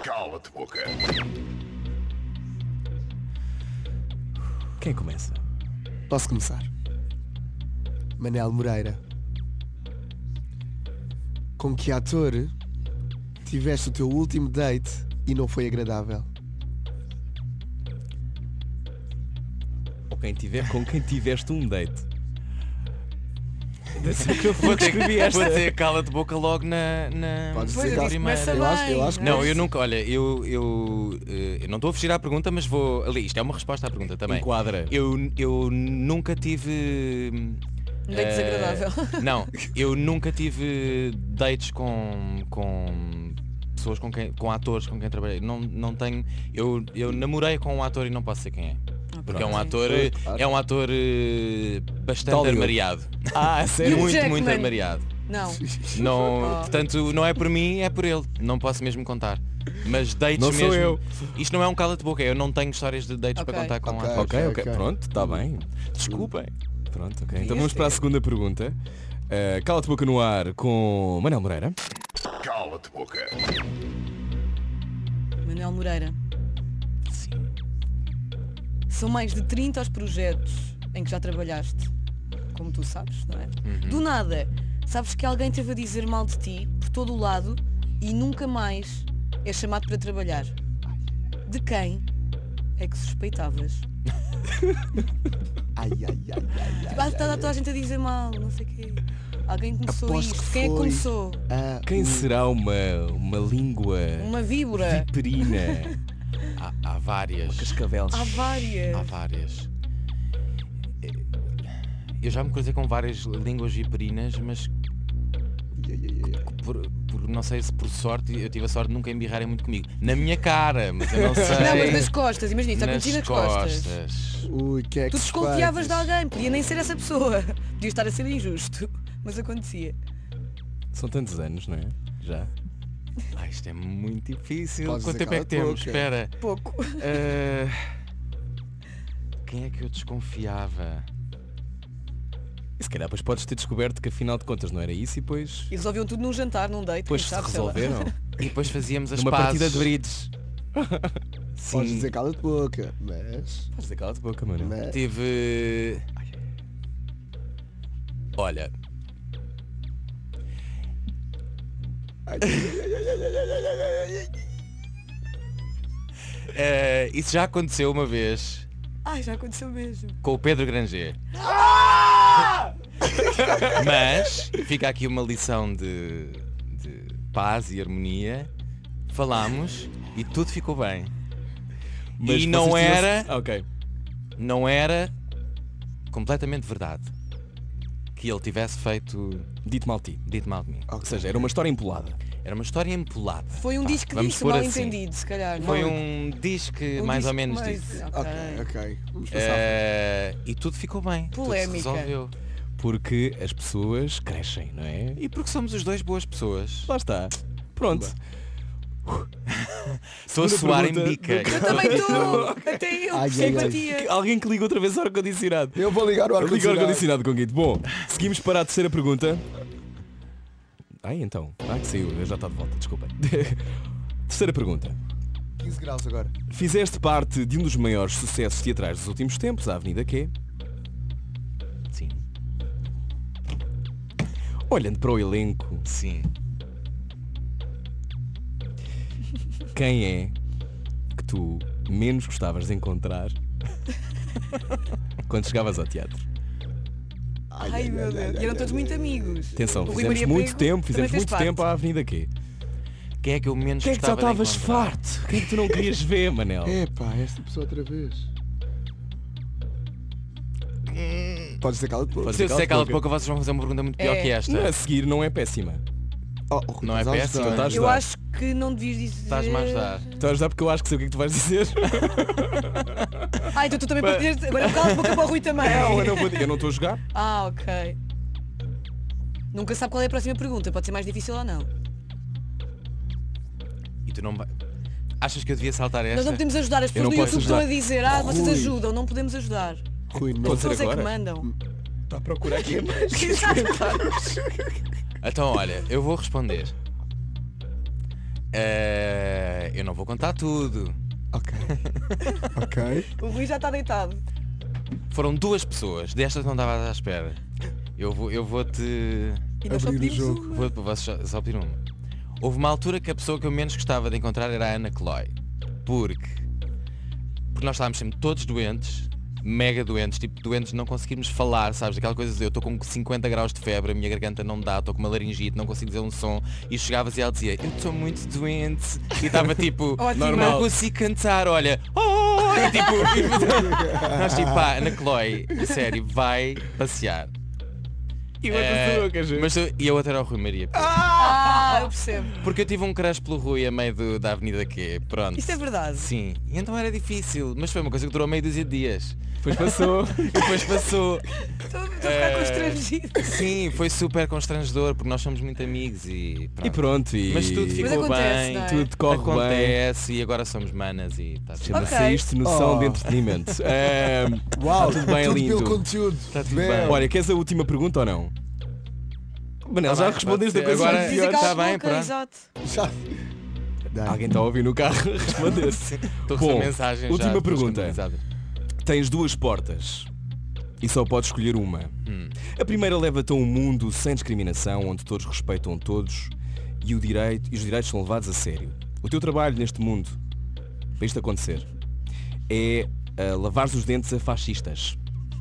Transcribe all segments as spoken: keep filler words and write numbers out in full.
Cala-te, boca. Quem começa? Posso começar? Manel Moreira. Com que ator tiveste o teu último date e não foi agradável? Ou quem tiver, com quem tiveste um date? Que eu Vou ter, escrevi esta. vou ter cala-te boca logo na, na, Podes na dizer que- primeira. eu acho, eu acho que Não, podes. eu nunca, olha, eu, eu, eh, eu não estou a fugir à pergunta, mas vou. Ali, isto é uma resposta à pergunta também. Enquadra. Eu, eu nunca tive. Um date eh, desagradável. Não, eu nunca tive dates com, com pessoas com quem, com atores com quem trabalhei. Não, não tenho. Eu, eu namorei com um ator e não posso ser quem é. Porque é um Ok. ator, Claro. é um ator eh, bastante Hollywood. armariado. Ah, sério? Muito, Jackman. muito armariado. Não. Não, Oh. portanto, não é por mim, é por ele. Não posso mesmo contar. Mas dates Não mesmo. sou eu. Isto não é um cala-te-boca, eu não tenho histórias de dates Ok. para contar com Ok. atores. Ok, ok, Ok. pronto, está bem. Desculpem. Pronto, ok. Então vamos Este para a é. segunda pergunta. Uh, Cala-te boca no ar com Manel Moreira. Cala-te, boca. Manel Moreira. Sim. São mais de trinta os projetos em que já trabalhaste, como tu sabes, não é? Uhum. Do nada, sabes que alguém teve a dizer mal de ti por todo o lado e nunca mais é chamado para trabalhar. De quem é que suspeitavas? Ai, ai, ai, ai, Tipo, ah, está toda a gente a dizer mal, não sei o quê. Alguém começou Aposto isto. que Quem é que foi. começou? Ah, Quem o- será uma, uma língua Uma víbora? viperina? Há, há várias. Cascavelos. Há várias. Há várias. Eu já me cruzei com várias línguas viperinas, mas Ai, ai, ai, ai. por, por- não sei se por sorte, eu tive a sorte de nunca embirrarem muito comigo. Na minha cara, mas eu não sei. Não, mas nas costas, imagina, está nas contigo nas costas. costas. Ui, que é Tu que desconfiavas de suspeitas? alguém, podia nem ser essa pessoa. Podia estar a ser injusto, mas acontecia. São tantos anos, não é? Já. Ah, isto é muito difícil. Podes Quanto dizer tempo é que cala-te temos? boca. Espera. Pouco. Ah, quem é que eu desconfiava? E se calhar depois podes ter descoberto que afinal de contas não era isso e depois, E resolviam tudo num jantar, num date, depois quem se sabe, sei lá. resolveram. E depois fazíamos as Numa pazes. partida de bridge. Sim, Podes dizer cala-te boca, mas... Podes dizer cala-te boca, mano. mas... tive... Olha, Ai, ai, ai, ai, ai, ai, ai, ai, ai. eh, isso já aconteceu uma vez Ai, já aconteceu mesmo. com o Pedro Granger. Mas fica aqui uma lição de, de paz e harmonia. Falámos e tudo ficou bem. Mas E não vocês tinham- era- Ah, ok. Não era completamente verdade que ele tivesse feito Dito mal ti. dito mal de mim. Ou seja, era uma história empolada. Era uma história empolada. Foi um Vá, disco vamos disso, pôr mal assim. entendido, se calhar. Foi não? um disque Um mais ou disco menos mais- disso. Ok. Ok, ok. Vamos passar. Eh, e tudo ficou bem. Polémica. Tudo se resolveu. Porque as pessoas crescem, não é? E porque somos os dois boas pessoas. Lá está. Pronto. Estou a Segunda suar em pergunta bica. Eu também estou! Até eu, Ai, por ai, ai. simpatia. Alguém que liga outra vez ao ar-condicionado. Eu vou ligar o Liga ao ar-condicionado. ar-condicionado com Guido. Bom, seguimos para a terceira pergunta. Ai, então. Ah, que saiu. Já está de volta, desculpem. Terceira pergunta. quinze graus agora. Fizeste parte de um dos maiores sucessos teatrais dos últimos tempos, a Avenida Q. Sim, Olhando para o elenco, sim. quem é que tu menos gostavas de encontrar quando chegavas ao teatro? Ai meu Deus, e eram todos muito amigos. Atenção, O Rui fizemos Maria muito Pego tempo, fizemos também fez muito parte. tempo à Avenida Q. Quem é que eu menos Quem é que já gostava de estavas encontrar? farto? Quem é que tu não querias ver, Manel? Epá, esta pessoa outra vez. Podes dizer cala-te boca. Podes Se eu dizer disser cala-te cala de boca, vocês vão fazer uma pergunta muito pior É. que esta. Não, a seguir não é péssima. Oh, oh, Rui, Não é estás a péssimo, ajudar. estás- Eu ajudar. acho que não devias dizer. Estás-me a ajudar. Estou a ajudar porque eu acho que sei o que é que tu vais dizer. Ah, então tu também Mas- podias. Agora cala a boca para o Rui também. Não, eu não vou eu não estou a jogar. Ah, ok. Nunca sabe qual é a próxima pergunta, pode ser mais difícil ou não. E tu não vai... Achas que eu devia saltar esta? Nós não podemos ajudar, as Eu não pessoas do posso YouTube estão a ajudar. dizer, ah, vocês Rui. ajudam, não podemos ajudar. Rui, não. Pode As ser pessoas é que agora? mandam. Está a procurar aqui. Então olha, eu vou responder. Eh, eu não vou contar tudo. Ok. Ok. O Rui já está deitado. Foram duas pessoas, destas não estava à espera. Eu vou, eu vou-te. E nós só Abrir o pedimos jogo. uma. Vou, vou só, só pedir uma. Houve uma altura que a pessoa que eu menos gostava de encontrar era a Ana Chloe. Porque, porque nós estávamos sempre todos doentes, mega doentes, tipo doentes de não conseguirmos falar, sabes? Aquela coisa de eu estou com cinquenta graus de febre, a minha garganta não dá, estou com uma laringite, não consigo dizer um som. E chegavas e ela dizia, eu estou muito doente. E estava tipo, Ótimo. não consigo cantar, olha. Oh! E tipo, e nós tipo, pá, Ana Chloe, sério, vai passear. E outra Eh, pessoa, quer dizer. mas eu- e a outra era o Rui Maria. Ah, eu percebo. Porque eu tive um crush pelo Rui a meio do- da Avenida Q, pronto. Isto é verdade. Sim, e então era difícil, mas foi uma coisa que durou meio dúzia de dias. Depois passou. E depois passou. Estou estou a ficar Eh, constrangida. Sim, foi super constrangedor, porque nós somos muito amigos e pronto. E pronto. E... Mas tudo ficou acontece, bem, não é? Tudo corre bem. acontece e agora somos manas e está tudo Chama-se Ok. isto noção Oh. de entretenimento. Ahm, Uau, Tá tudo bem, lindo. pelo conteúdo. Tá tudo Man. bem. Olha, queres a última pergunta ou não? Manel, Tá já bem, respondeste pode a coisa ser. Agora- mais Diz a pior. cala tá a bem, boca, pronto. exato. Já. Dá. Alguém está a ouvir no carro a responder-se. Estou a Bom, receber mensagens última já pergunta. personalizadas. Tens duas portas e só podes escolher uma. Hum. A primeira leva-te a um mundo sem discriminação, onde todos respeitam todos e, o direito, e os direitos são levados a sério. O teu trabalho neste mundo, para isto acontecer, é uh, lavares os dentes a fascistas.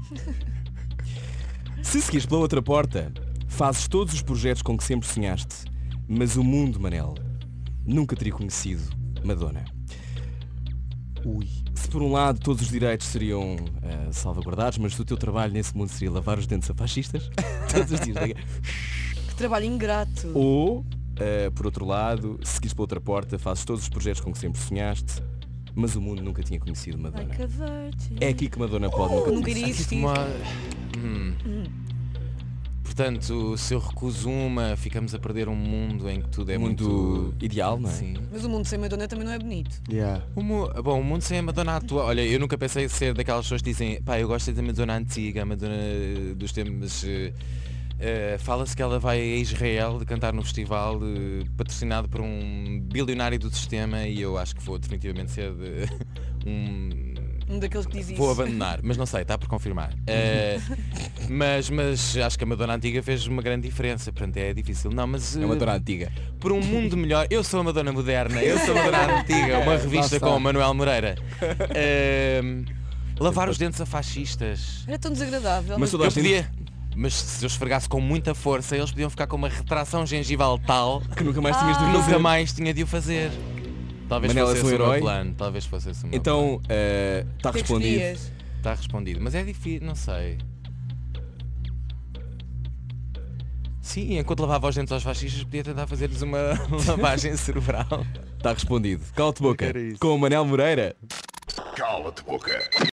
Se seguires pela outra porta, fazes todos os projetos com que sempre sonhaste, mas o mundo, Manel, nunca teria conhecido Madonna. Ui. Se por um lado todos os direitos seriam eh, salvaguardados, mas o teu trabalho nesse mundo seria lavar os dentes a fascistas, todos os dias. Que trabalho ingrato. Ou, eh, por outro lado, se seguires pela outra porta, fazes todos os projetos com que sempre sonhaste, mas o mundo nunca tinha conhecido Madonna. Like a virgin. É aqui que Madonna pode nunca Nunca ter iria existir. Uma- Hum. Portanto, se eu recuso uma, ficamos a perder um mundo em que tudo é É muito muito... ideal, não é? Sim. Mas o mundo sem Madonna também não é bonito. Yeah. O mu- Bom, o mundo sem a Madonna atual. Olha, eu nunca pensei ser daquelas pessoas que dizem, pá, eu gosto da Madonna antiga, a Madonna dos tempos. eh, eh, Fala-se que ela vai a Israel de cantar no festival eh, patrocinado por um bilionário do sistema e eu acho que vou definitivamente ser de, um. Um daqueles que diz isso. Vou abandonar, mas não sei, está por confirmar. Eh, mas, mas acho que a Madonna antiga fez uma grande diferença, portanto é difícil. Não, mas É eh, uma Madonna antiga. por um mundo melhor. Eu sou a Madonna moderna, eu sou a Madonna antiga, uma revista está. com o Manuel Moreira. Ahm, lavar os dentes a fascistas. Era tão desagradável. Mas Mas, toda Eu a gente podia, mas se eu esfregasse com muita força, eles podiam ficar com uma retração gengival tal que nunca mais tinhas de Ah. fazer. nunca mais tinha de o fazer. Talvez Manela, fosse és um esse o meu herói? plano. Talvez fosse esse o meu Então, está o que é que respondido. escolhias? plano. Está respondido. Mas é difícil, não sei. Sim, enquanto lavava os dentes aos fascistas, podia tentar fazer-lhes uma lavagem cerebral. Está respondido. Cala-te boca. Era isso. Com o Manel Moreira. Cala-te boca.